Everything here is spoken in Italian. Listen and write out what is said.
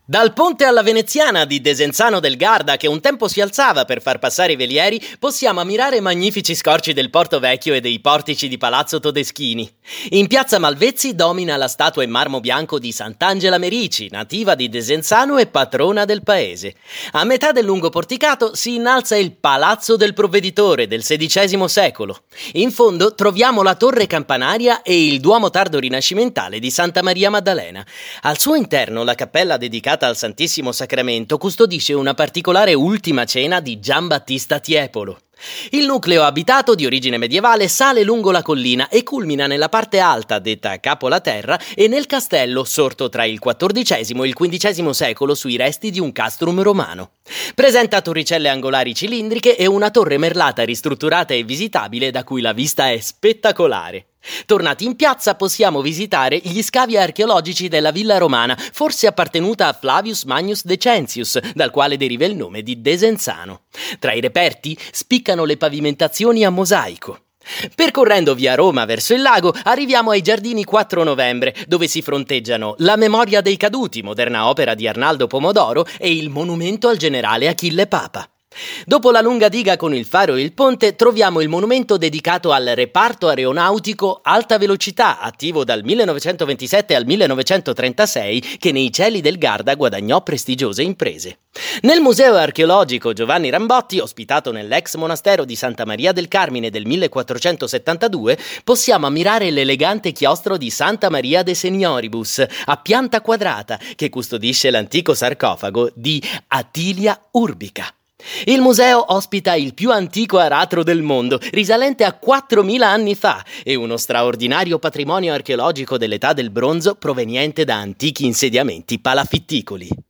Dal ponte alla veneziana di Desenzano del Garda, che un tempo si alzava per far passare i velieri, possiamo ammirare magnifici scorci del Porto Vecchio e dei portici di Palazzo Todeschini. In piazza Malvezzi domina la statua in marmo bianco di Sant'Angela Merici, nativa di Desenzano e patrona del paese. A metà del lungo porticato si innalza il Palazzo del Provveditore del XVI secolo. In fondo troviamo la torre campanaria e il Duomo tardo rinascimentale di Santa Maria Maddalena. Al suo interno la cappella dedicata al Santissimo Sacramento custodisce una particolare ultima cena di Giambattista Tiepolo. Il nucleo abitato di origine medievale sale lungo la collina e culmina nella parte alta, detta Capo la Terra, e nel castello sorto tra il XIV e il XV secolo sui resti di un castrum romano. Presenta torricelle angolari cilindriche e una torre merlata ristrutturata e visitabile da cui la vista è spettacolare. Tornati in piazza possiamo visitare gli scavi archeologici della villa romana, forse appartenuta a Flavius Magnus Decentius, dal quale deriva il nome di Desenzano. Tra i reperti spiccano le pavimentazioni a mosaico. Percorrendo via Roma verso il lago arriviamo ai Giardini 4 Novembre, dove si fronteggiano La memoria dei caduti, moderna opera di Arnaldo Pomodoro, e il monumento al generale Achille Papa. Dopo la lunga diga con il faro e il ponte troviamo il monumento dedicato al reparto aeronautico Alta Velocità, attivo dal 1927 al 1936, che nei cieli del Garda guadagnò prestigiose imprese. Nel museo archeologico Giovanni Rambotti, ospitato nell'ex monastero di Santa Maria del Carmine del 1472, possiamo ammirare l'elegante chiostro di Santa Maria de Senioribus, a pianta quadrata, che custodisce l'antico sarcofago di Atilia Urbica. Il museo ospita il più antico aratro del mondo, risalente a 4.000 anni fa, e uno straordinario patrimonio archeologico dell'età del bronzo proveniente da antichi insediamenti palafitticoli.